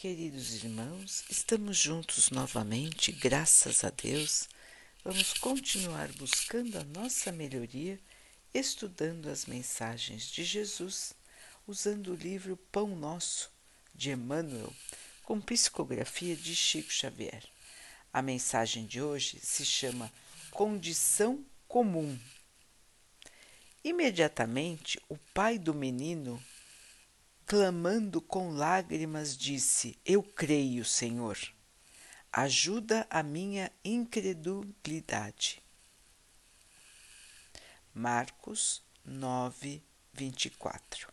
Queridos irmãos, estamos juntos novamente, graças a Deus. Vamos continuar buscando a nossa melhoria, estudando as mensagens de Jesus, usando o livro Pão Nosso, de Emmanuel, com psicografia de Chico Xavier. A mensagem de hoje se chama Condição Comum. Imediatamente, o pai do menino, clamando com lágrimas, disse: Eu creio, Senhor. Ajuda a minha incredulidade. Marcos 9, 24.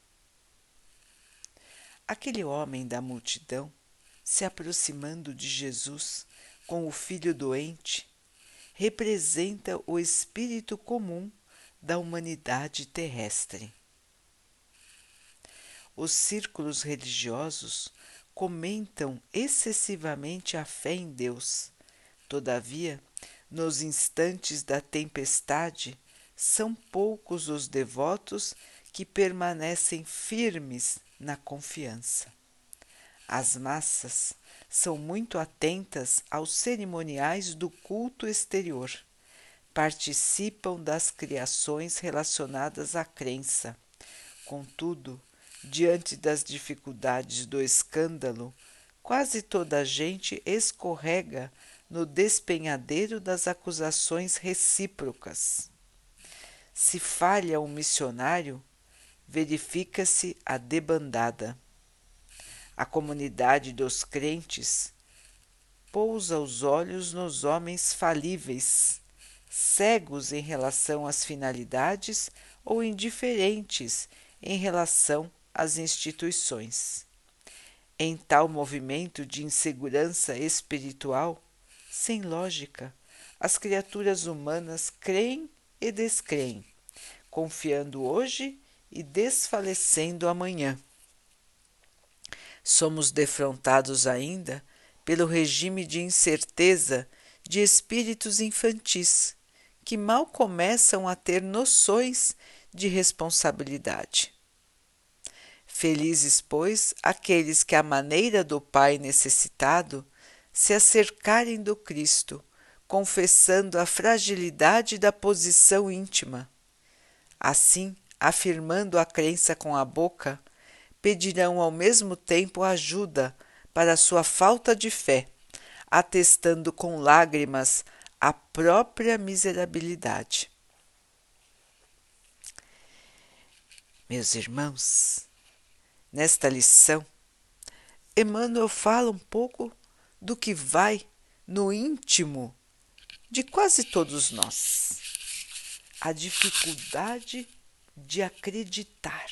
Aquele homem da multidão, se aproximando de Jesus com o filho doente, representa o espírito comum da humanidade terrestre. Os círculos religiosos comentam excessivamente a fé em Deus. Todavia, nos instantes da tempestade, são poucos os devotos que permanecem firmes na confiança. As massas são muito atentas aos cerimoniais do culto exterior, participam das criações relacionadas à crença. Contudo, diante das dificuldades do escândalo, quase toda a gente escorrega no despenhadeiro das acusações recíprocas. Se falha um missionário, verifica-se a debandada. A comunidade dos crentes pousa os olhos nos homens falíveis, cegos em relação às finalidades ou indiferentes em relação às instituições. Em tal movimento de insegurança espiritual, sem lógica, as criaturas humanas creem e descreem, confiando hoje e desfalecendo amanhã. Somos defrontados ainda pelo regime de incerteza de espíritos infantis, que mal começam a ter noções de responsabilidade. Felizes, pois, aqueles que, à maneira do Pai necessitado, se acercarem do Cristo, confessando a fragilidade da posição íntima. Assim, afirmando a crença com a boca, pedirão ao mesmo tempo ajuda para a sua falta de fé, atestando com lágrimas a própria miserabilidade. Meus irmãos, nesta lição, Emmanuel fala um pouco do que vai no íntimo de quase todos nós. A dificuldade de acreditar.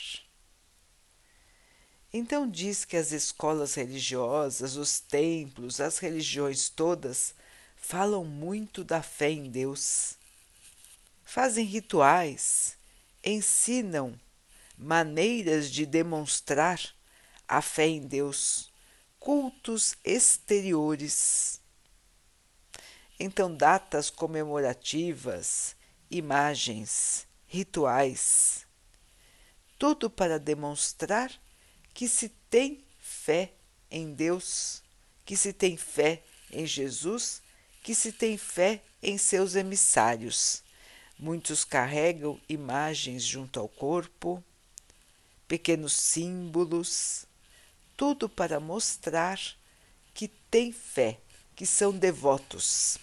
Então diz que as escolas religiosas, os templos, as religiões todas falam muito da fé em Deus. Fazem rituais, ensinam maneiras de demonstrar a fé em Deus, cultos exteriores. Então, datas comemorativas, imagens, rituais, tudo para demonstrar que se tem fé em Deus, que se tem fé em Jesus, que se tem fé em seus emissários. Muitos carregam imagens junto ao corpo, pequenos símbolos, tudo para mostrar que tem fé, que são devotos.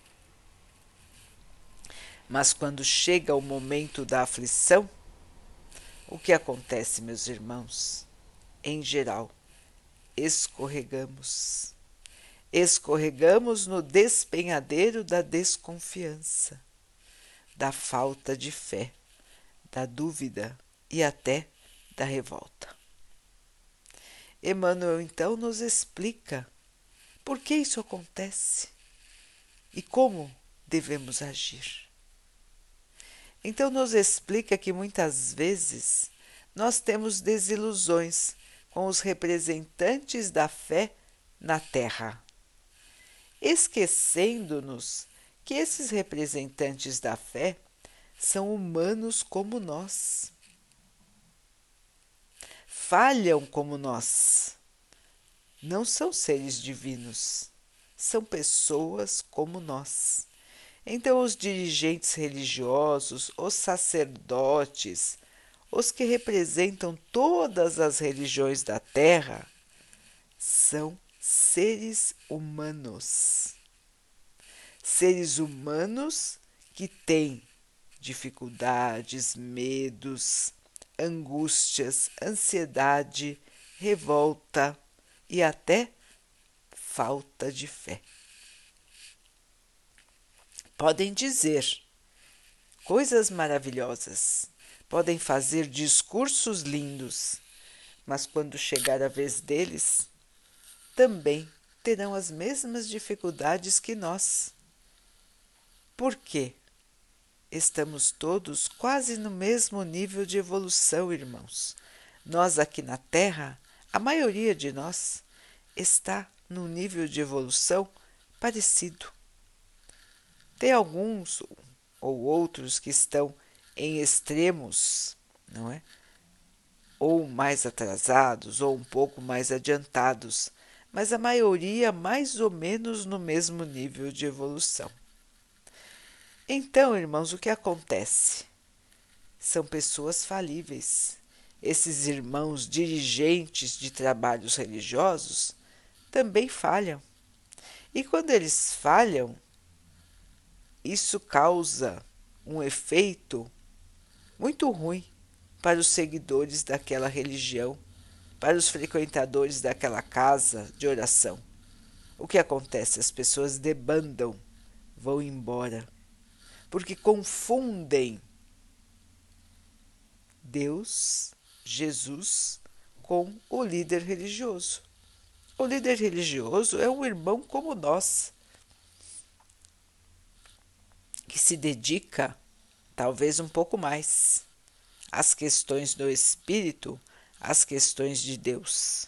Mas quando chega o momento da aflição, o que acontece, meus irmãos? Em geral, escorregamos. Escorregamos no despenhadeiro da desconfiança, da falta de fé, da dúvida e até da revolta. Emmanuel então nos explica por que isso acontece e como devemos agir. Então nos explica que muitas vezes nós temos desilusões com os representantes da fé na Terra, esquecendo-nos que esses representantes da fé são humanos como nós. Falham como nós. não são seres divinos, são pessoas como nós. Então, os dirigentes religiosos, os sacerdotes, os que representam todas as religiões da Terra, são seres humanos. Seres humanos que têm dificuldades, medos, angústias, ansiedade, revolta e até falta de fé. Podem dizer coisas maravilhosas, podem fazer discursos lindos, mas quando chegar a vez deles, também terão as mesmas dificuldades que nós. Por quê? Estamos todos quase no mesmo nível de evolução, irmãos. Nós aqui na Terra, a maioria de nós, está num nível de evolução parecido. Tem alguns ou outros que estão em extremos, não é? Ou mais atrasados ou um pouco mais adiantados, mas a maioria mais ou menos no mesmo nível de evolução. Então, irmãos, o que acontece? São pessoas falíveis. Esses irmãos dirigentes de trabalhos religiosos também falham. E quando eles falham, isso causa um efeito muito ruim para os seguidores daquela religião, para os frequentadores daquela casa de oração. O que acontece? As pessoas debandam, vão embora, porque confundem Deus, Jesus, com o líder religioso. O líder religioso é um irmão como nós, que se dedica, talvez um pouco mais, às questões do espírito, às questões de Deus.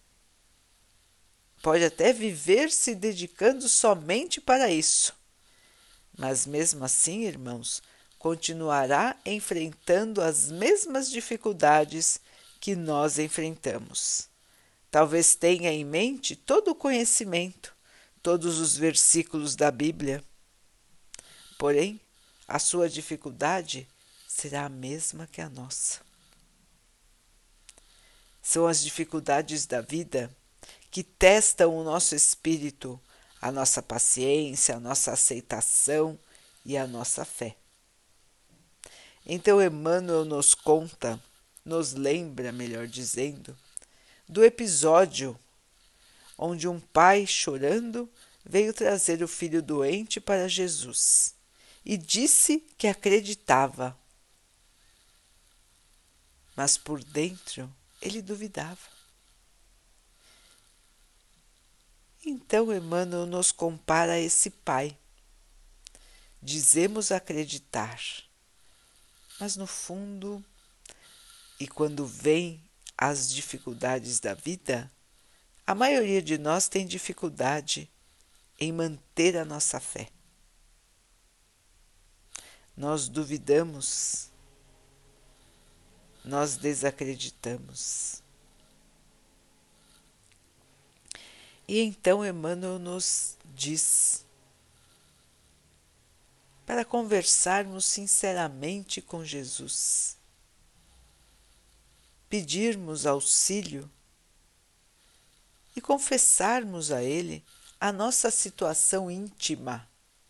Pode até viver se dedicando somente para isso, mas mesmo assim, irmãos, continuará enfrentando as mesmas dificuldades que nós enfrentamos. Talvez tenha em mente todo o conhecimento, todos os versículos da Bíblia. Porém, a sua dificuldade será a mesma que a nossa. São as dificuldades da vida que testam o nosso espírito, a nossa paciência, a nossa aceitação e a nossa fé. Então Emmanuel nos conta, nos lembra, melhor dizendo, do episódio onde um pai, chorando, veio trazer o filho doente para Jesus e disse que acreditava, mas por dentro ele duvidava. Então Emmanuel nos compara a esse pai. Dizemos acreditar, mas no fundo, e quando vem as dificuldades da vida, a maioria de nós tem dificuldade em manter a nossa fé. Nós duvidamos, nós desacreditamos. E então Emmanuel nos diz para conversarmos sinceramente com Jesus, pedirmos auxílio e confessarmos a Ele a nossa situação íntima.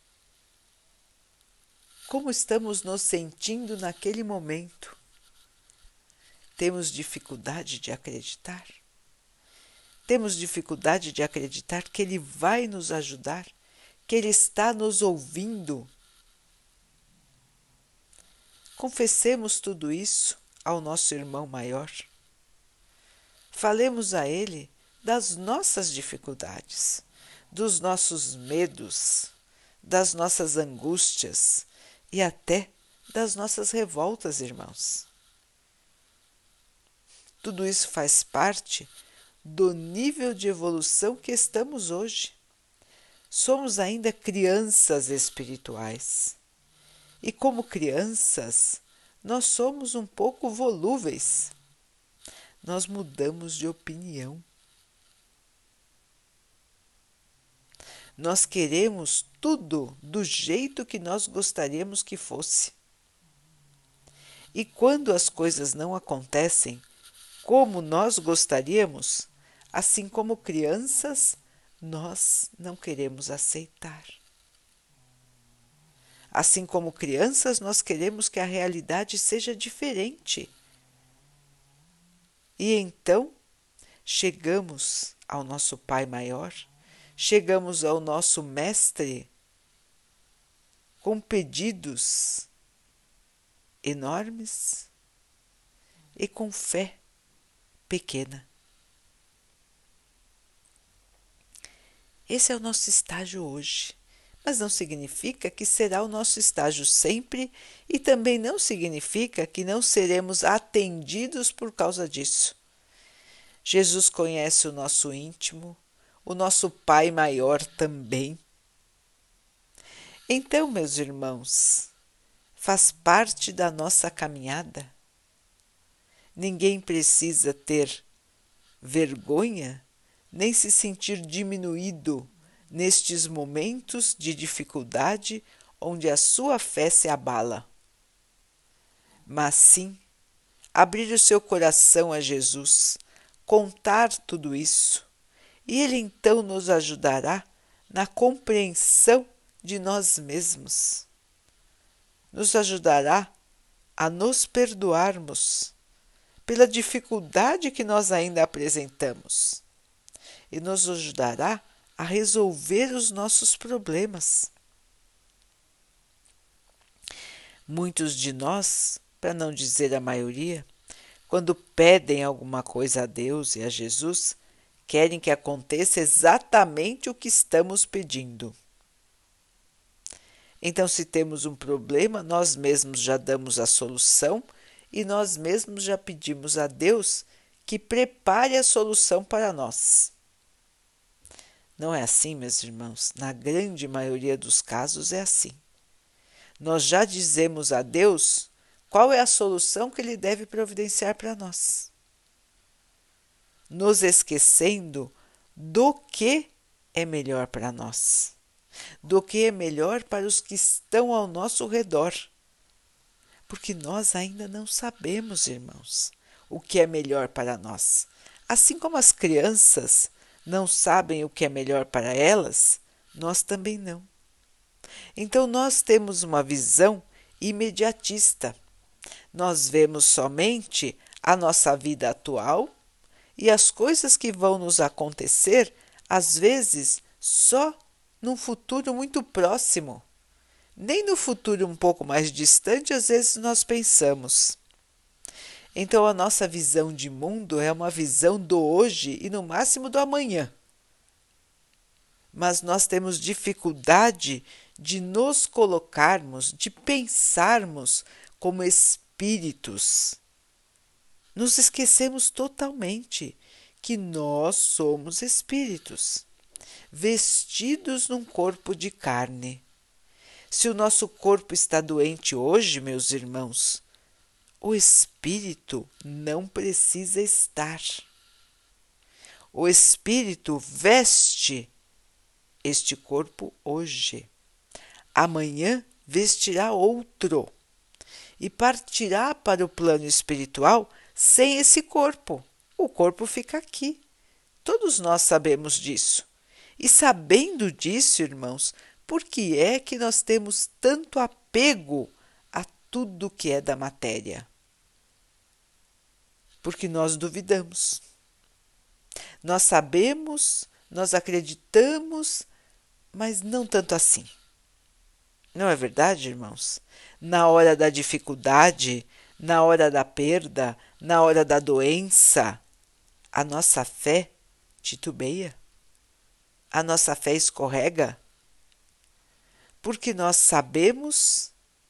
Como estamos nos sentindo naquele momento? Temos dificuldade de acreditar? Temos dificuldade de acreditar que Ele vai nos ajudar, que Ele está nos ouvindo. Confessemos tudo isso ao nosso irmão maior. Falemos a Ele das nossas dificuldades, dos nossos medos, das nossas angústias e até das nossas revoltas, irmãos. Tudo isso faz parte do nível de evolução que estamos hoje. Somos ainda crianças espirituais. E como crianças, nós somos um pouco volúveis. Nós mudamos de opinião. Nós queremos tudo do jeito que nós gostaríamos que fosse. E quando as coisas não acontecem como nós gostaríamos, assim como crianças, nós não queremos aceitar. Assim como crianças, nós queremos que a realidade seja diferente. E então, chegamos ao nosso Pai maior, chegamos ao nosso Mestre com pedidos enormes e com fé pequena. Esse é o nosso estágio hoje, mas não significa que será o nosso estágio sempre e também não significa que não seremos atendidos por causa disso. Jesus conhece o nosso íntimo, o nosso Pai maior também. Então, meus irmãos, faz parte da nossa caminhada. Ninguém precisa ter vergonha nem se sentir diminuído nestes momentos de dificuldade onde a sua fé se abala. Mas sim, abrir o seu coração a Jesus, contar tudo isso, e Ele então nos ajudará na compreensão de nós mesmos. Nos ajudará a nos perdoarmos pela dificuldade que nós ainda apresentamos e nos ajudará a resolver os nossos problemas. Muitos de nós, para não dizer a maioria, quando pedem alguma coisa a Deus e a Jesus, querem que aconteça exatamente o que estamos pedindo. Então, se temos um problema, nós mesmos já damos a solução e nós mesmos já pedimos a Deus que prepare a solução para nós. Não é assim, meus irmãos? Na grande maioria dos casos é assim. Nós já dizemos a Deus qual é a solução que Ele deve providenciar para nós, nos esquecendo do que é melhor para nós, do que é melhor para os que estão ao nosso redor. Porque nós ainda não sabemos, irmãos, o que é melhor para nós. Assim como as crianças não sabem o que é melhor para elas, nós também não. Então nós temos uma visão imediatista. Nós vemos somente a nossa vida atual e as coisas que vão nos acontecer, às vezes, só num futuro muito próximo. Nem no futuro um pouco mais distante, às vezes nós pensamos. Então a nossa visão de mundo é uma visão do hoje e no máximo do amanhã. Mas nós temos dificuldade de nos colocarmos, de pensarmos como espíritos. Nos esquecemos totalmente que nós somos espíritos, vestidos num corpo de carne. Se o nosso corpo está doente hoje, meus irmãos, o espírito não precisa estar. O espírito veste este corpo hoje. Amanhã vestirá outro e partirá para o plano espiritual sem esse corpo. O corpo fica aqui. Todos nós sabemos disso. E sabendo disso, irmãos, por que é que nós temos tanto apego a tudo que é da matéria? Porque nós duvidamos. Nós sabemos, nós acreditamos, mas não tanto assim. Não é verdade, irmãos? Na hora da dificuldade, na hora da perda, na hora da doença, a nossa fé titubeia, a nossa fé escorrega, porque nós sabemos,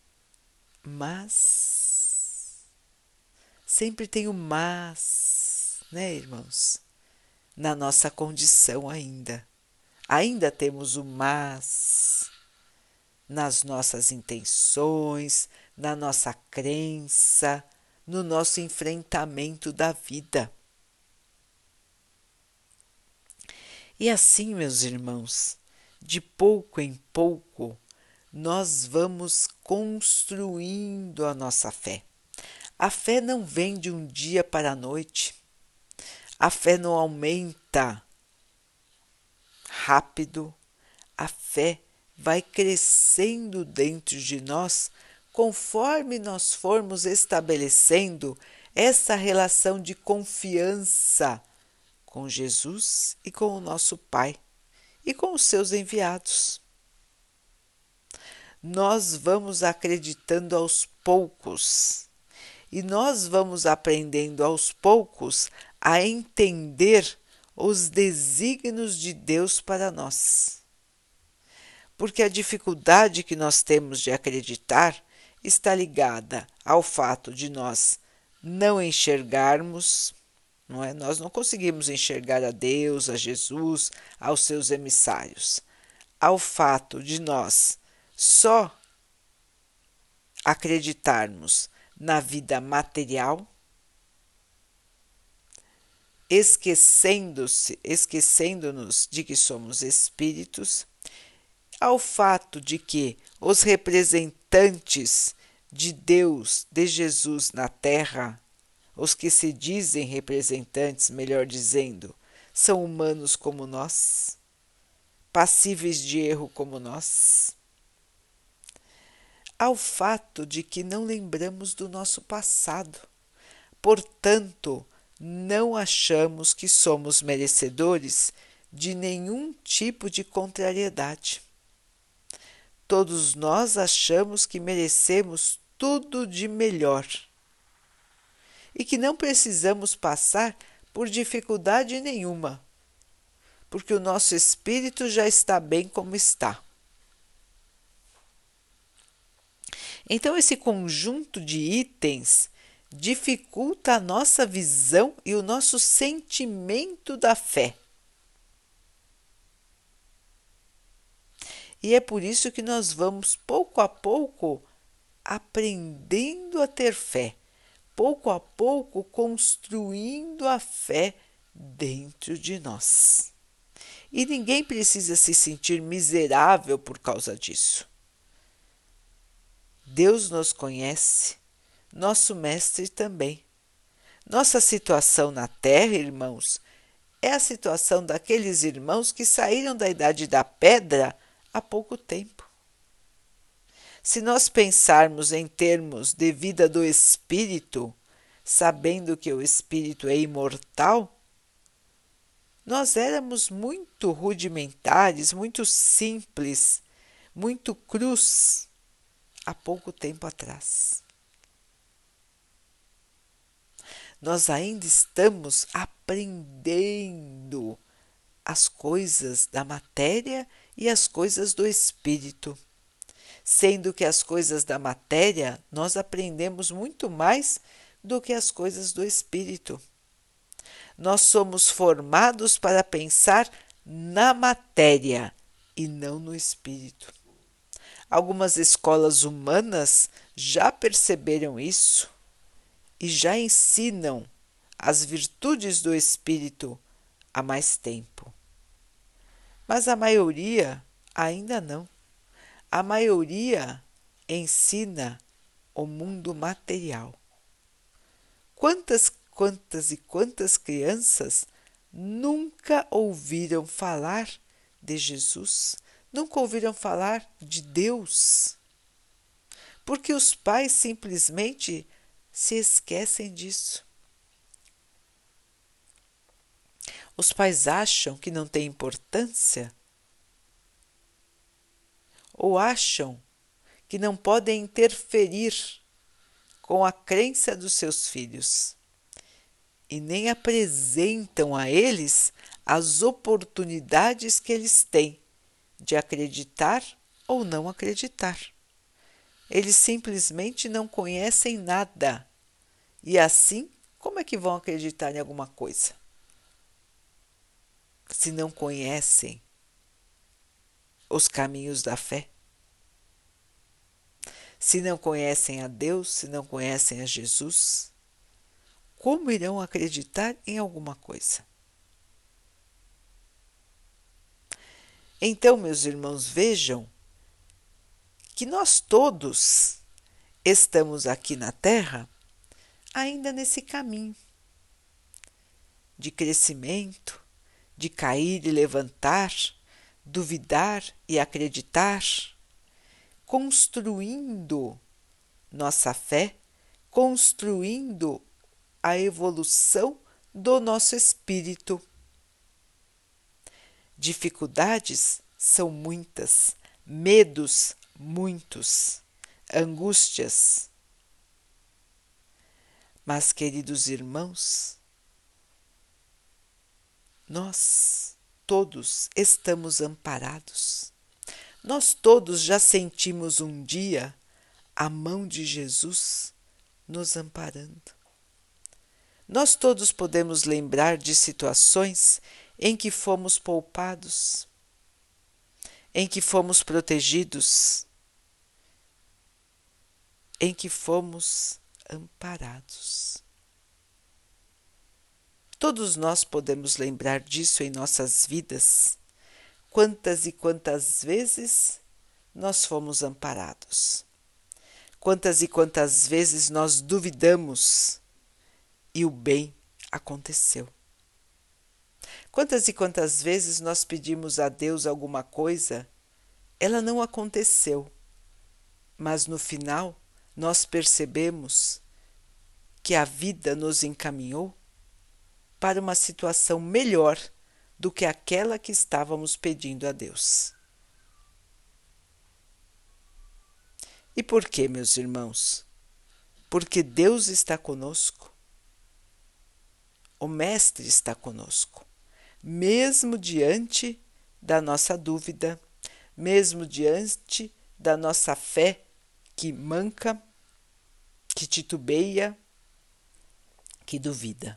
mas sempre tem o mas, né, irmãos? Na nossa condição ainda. Ainda temos o mas nas nossas intenções, na nossa crença, no nosso enfrentamento da vida. E assim, meus irmãos, De pouco em pouco, nós vamos construindo a nossa fé. A fé não vem de um dia para a noite. A fé não aumenta rápido. A fé vai crescendo dentro de nós conforme nós formos estabelecendo essa relação de confiança com Jesus e com o nosso Pai e com os seus enviados. Nós vamos acreditando aos poucos e nós vamos aprendendo aos poucos a entender os desígnios de Deus para nós. Porque a dificuldade que nós temos de acreditar está ligada ao fato de nós não enxergarmos, não é? Nós não conseguimos enxergar a Deus, a Jesus, aos seus emissários, ao fato de nós só acreditarmos na vida material, esquecendo-nos de que somos espíritos, ao fato de que os representantes de Deus, de Jesus na Terra, os que se dizem representantes, melhor dizendo, são humanos como nós, passíveis de erro como nós, ao fato de que não lembramos do nosso passado, portanto, não achamos que somos merecedores de nenhum tipo de contrariedade. Todos nós achamos que merecemos tudo de melhor e que não precisamos passar por dificuldade nenhuma, porque o nosso espírito já está bem como está. Então, esse conjunto de itens dificulta a nossa visão e o nosso sentimento da fé. E é por isso que nós vamos, pouco a pouco, aprendendo a ter fé, pouco a pouco construindo a fé dentro de nós. E ninguém precisa se sentir miserável por causa disso. Deus nos conhece, nosso Mestre também. Nossa situação na Terra, irmãos, é a situação daqueles irmãos que saíram da idade da pedra há pouco tempo. Se nós pensarmos em termos de vida do espírito, sabendo que o espírito é imortal, nós éramos muito rudimentares, muito simples, muito crus há pouco tempo atrás. Nós ainda estamos aprendendo as coisas da matéria e as coisas do espírito, sendo que as coisas da matéria nós aprendemos muito mais do que as coisas do espírito. Nós somos formados para pensar na matéria e não no espírito. Algumas escolas humanas já perceberam isso e já ensinam as virtudes do espírito há mais tempo. Mas a maioria ainda não. A maioria ensina o mundo material. Quantas e quantas crianças nunca ouviram falar de Jesus, nunca ouviram falar de Deus, porque os pais simplesmente se esquecem disso. Os pais acham que não tem importância ou acham que não podem interferir com a crença dos seus filhos e nem apresentam a eles as oportunidades que eles têm de acreditar ou não acreditar. Eles simplesmente não conhecem nada e assim, como é que vão acreditar em alguma coisa? Se não conhecem os caminhos da fé, se não conhecem a Deus, se não conhecem a Jesus, como irão acreditar em alguma coisa? Então, meus irmãos, vejam que nós todos estamos aqui na Terra ainda nesse caminho de crescimento, de cair e levantar, duvidar e acreditar, construindo nossa fé, construindo a evolução do nosso espírito. Dificuldades são muitas, medos muitos, angústias. Mas, queridos irmãos, nós todos estamos amparados. Nós todos já sentimos um dia a mão de Jesus nos amparando. Nós todos podemos lembrar de situações em que fomos poupados, em que fomos protegidos, em que fomos amparados. Todos nós podemos lembrar disso em nossas vidas. Quantas e quantas vezes nós fomos amparados? Quantas e quantas vezes nós duvidamos e o bem aconteceu? Quantas e quantas vezes nós pedimos a Deus alguma coisa, ela não aconteceu, mas no final nós percebemos que a vida nos encaminhou para uma situação melhor do que aquela que estávamos pedindo a Deus. E por quê, meus irmãos? Porque Deus está conosco. O Mestre está conosco, mesmo diante da nossa dúvida, mesmo diante da nossa fé que manca, que titubeia, que duvida.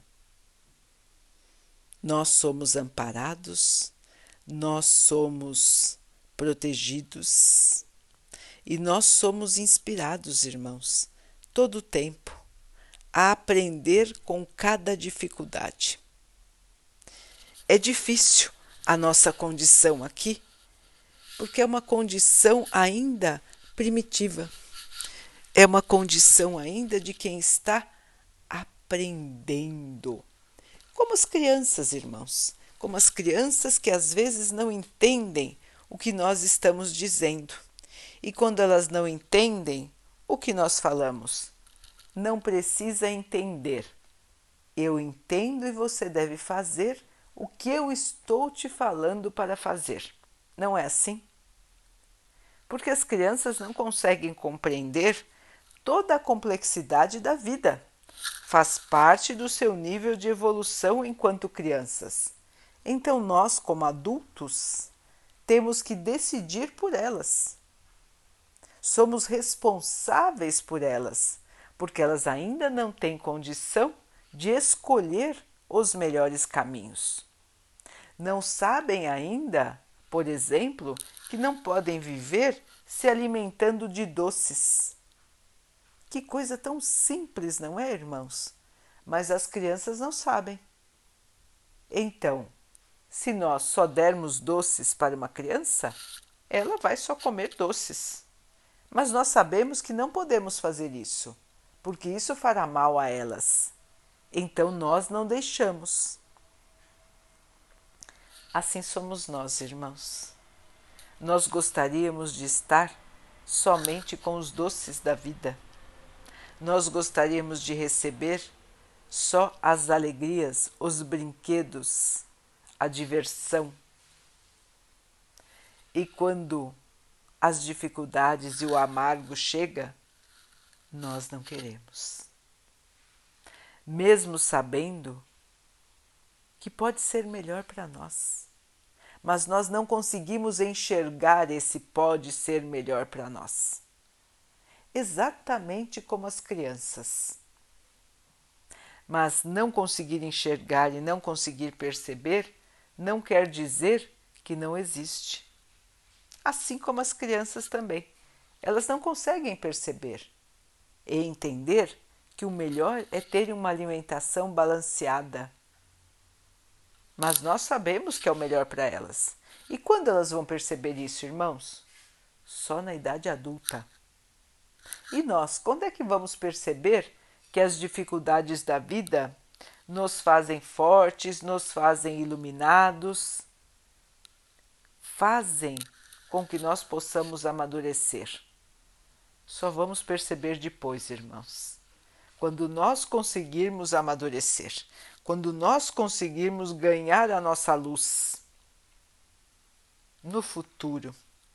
Nós somos amparados, nós somos protegidos e nós somos inspirados, irmãos, todo o tempo a aprender com cada dificuldade. É difícil a nossa condição aqui, porque é uma condição ainda primitiva. É uma condição ainda de quem está aprendendo. Como as crianças, irmãos, como as crianças que às vezes não entendem o que nós estamos dizendo. E quando elas não entendem, o que nós falamos? Não precisa entender. Eu entendo e você deve fazer o que eu estou te falando para fazer. Não é assim? Porque as crianças não conseguem compreender toda a complexidade da vida. Faz parte do seu nível de evolução enquanto crianças. Então nós, como adultos, temos que decidir por elas. Somos responsáveis por elas, porque elas ainda não têm condição de escolher os melhores caminhos. Não sabem ainda, por exemplo, que não podem viver se alimentando de doces. Que coisa tão simples, não é, irmãos? Mas as crianças não sabem. Então, se nós só dermos doces para uma criança, ela vai só comer doces. Mas nós sabemos que não podemos fazer isso, porque isso fará mal a elas. Então nós não deixamos. Assim somos nós, irmãos. Nós gostaríamos de estar somente com os doces da vida. Nós gostaríamos de receber só as alegrias, os brinquedos, a diversão. E quando as dificuldades e o amargo chega, nós não queremos. Mesmo sabendo que pode ser melhor para nós, mas nós não conseguimos enxergar esse pode ser melhor para nós. Exatamente como as crianças. Mas não conseguir enxergar e não conseguir perceber não quer dizer que não existe. Assim como as crianças também. Elas não conseguem perceber e entender que o melhor é ter uma alimentação balanceada. mas nós sabemos que é o melhor para elas. E quando elas vão perceber isso, irmãos? Só na idade adulta. E nós, quando é que vamos perceber que as dificuldades da vida nos fazem fortes, nos fazem iluminados, fazem com que nós possamos amadurecer? Só vamos perceber depois, irmãos. Quando nós conseguirmos amadurecer, quando nós conseguirmos ganhar a nossa luz no futuro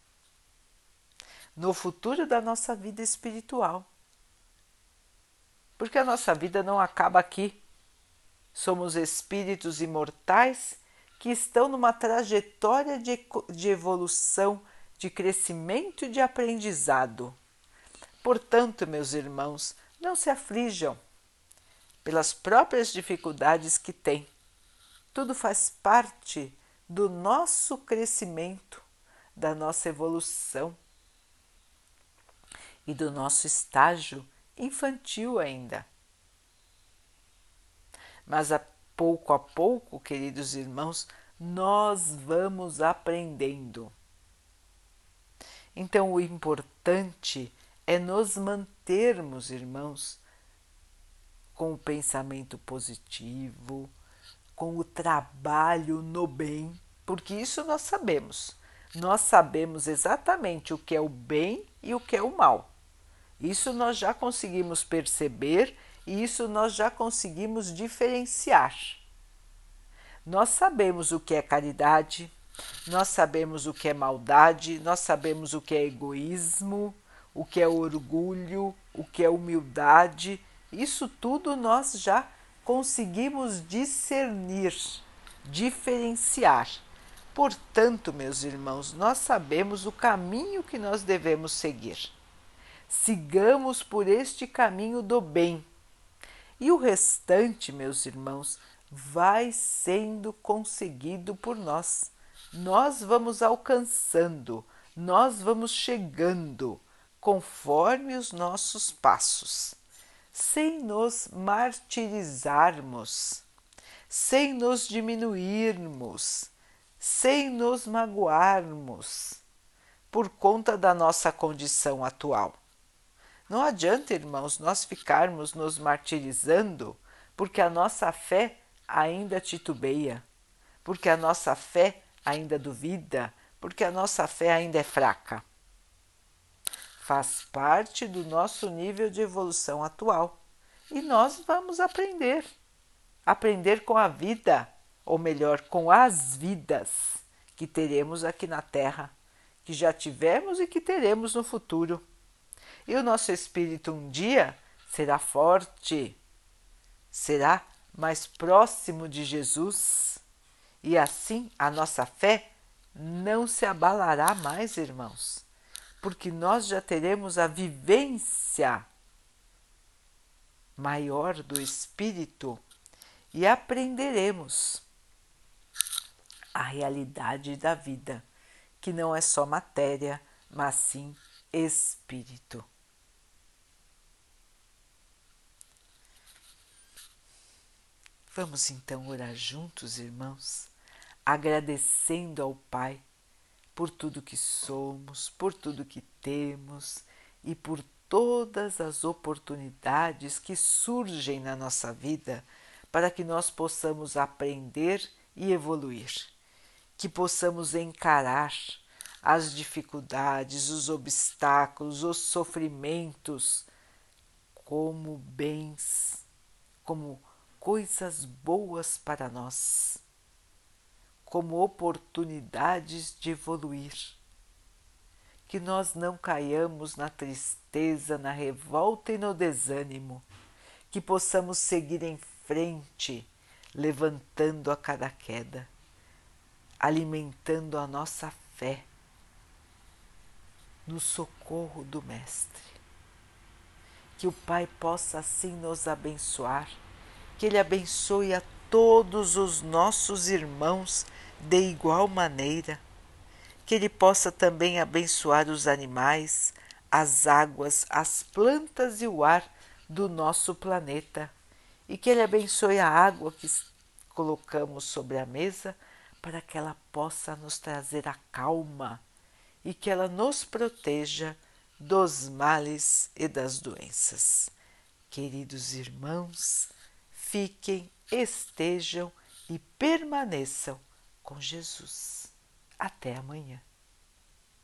da nossa vida espiritual. Porque a nossa vida não acaba aqui. Somos espíritos imortais que estão numa trajetória de evolução, de crescimento e de aprendizado. Portanto, meus irmãos, não se aflijam pelas próprias dificuldades que têm. Tudo faz parte do nosso crescimento, da nossa evolução e do nosso estágio infantil ainda. Mas a pouco, queridos irmãos, nós vamos aprendendo. Então, o importante é nos mantermos, irmãos, com o pensamento positivo, com o trabalho no bem, porque isso nós sabemos. Nós sabemos exatamente o que é o bem e o que é o mal. Isso nós já conseguimos perceber e isso nós já conseguimos diferenciar. Nós sabemos o que é caridade, nós sabemos o que é maldade, nós sabemos o que é egoísmo, o que é orgulho, o que é humildade. Isso tudo nós já conseguimos discernir, diferenciar. Portanto, meus irmãos, nós sabemos o caminho que nós devemos seguir. Sigamos por este caminho do bem. E o restante, meus irmãos, vai sendo conseguido por nós. Nós vamos alcançando, nós vamos chegando conforme os nossos passos, sem nos martirizarmos, sem nos diminuirmos, sem nos magoarmos por conta da nossa condição atual. Não adianta, irmãos, nós ficarmos nos martirizando porque a nossa fé ainda titubeia, porque a nossa fé ainda duvida, porque a nossa fé ainda é fraca. Faz parte do nosso nível de evolução atual e nós vamos aprender com a vida, ou melhor, com as vidas que teremos aqui na Terra, que já tivemos e que teremos no futuro. E o nosso espírito um dia será forte, será mais próximo de Jesus, e assim a nossa fé não se abalará mais, irmãos, porque nós já teremos a vivência maior do Espírito e aprenderemos a realidade da vida, que não é só matéria, mas sim espírito. Vamos então orar juntos, irmãos, agradecendo ao Pai por tudo que somos, por tudo que temos e por todas as oportunidades que surgem na nossa vida para que nós possamos aprender e evoluir, que possamos encarar as dificuldades, os obstáculos, os sofrimentos como bens, como coisas boas para nós, como oportunidades de evoluir. Que nós não caiamos na tristeza, na revolta e no desânimo, que possamos seguir em frente, levantando a cada queda, alimentando a nossa fé no socorro do Mestre. Que o Pai possa assim nos abençoar, que Ele abençoe a todos os nossos irmãos de igual maneira, que Ele possa também abençoar os animais, as águas, as plantas e o ar do nosso planeta, e que Ele abençoe a água que colocamos sobre a mesa para que ela possa nos trazer a calma e que ela nos proteja dos males e das doenças. Queridos irmãos, fiquem, estejam e permaneçam com Jesus. Até amanhã.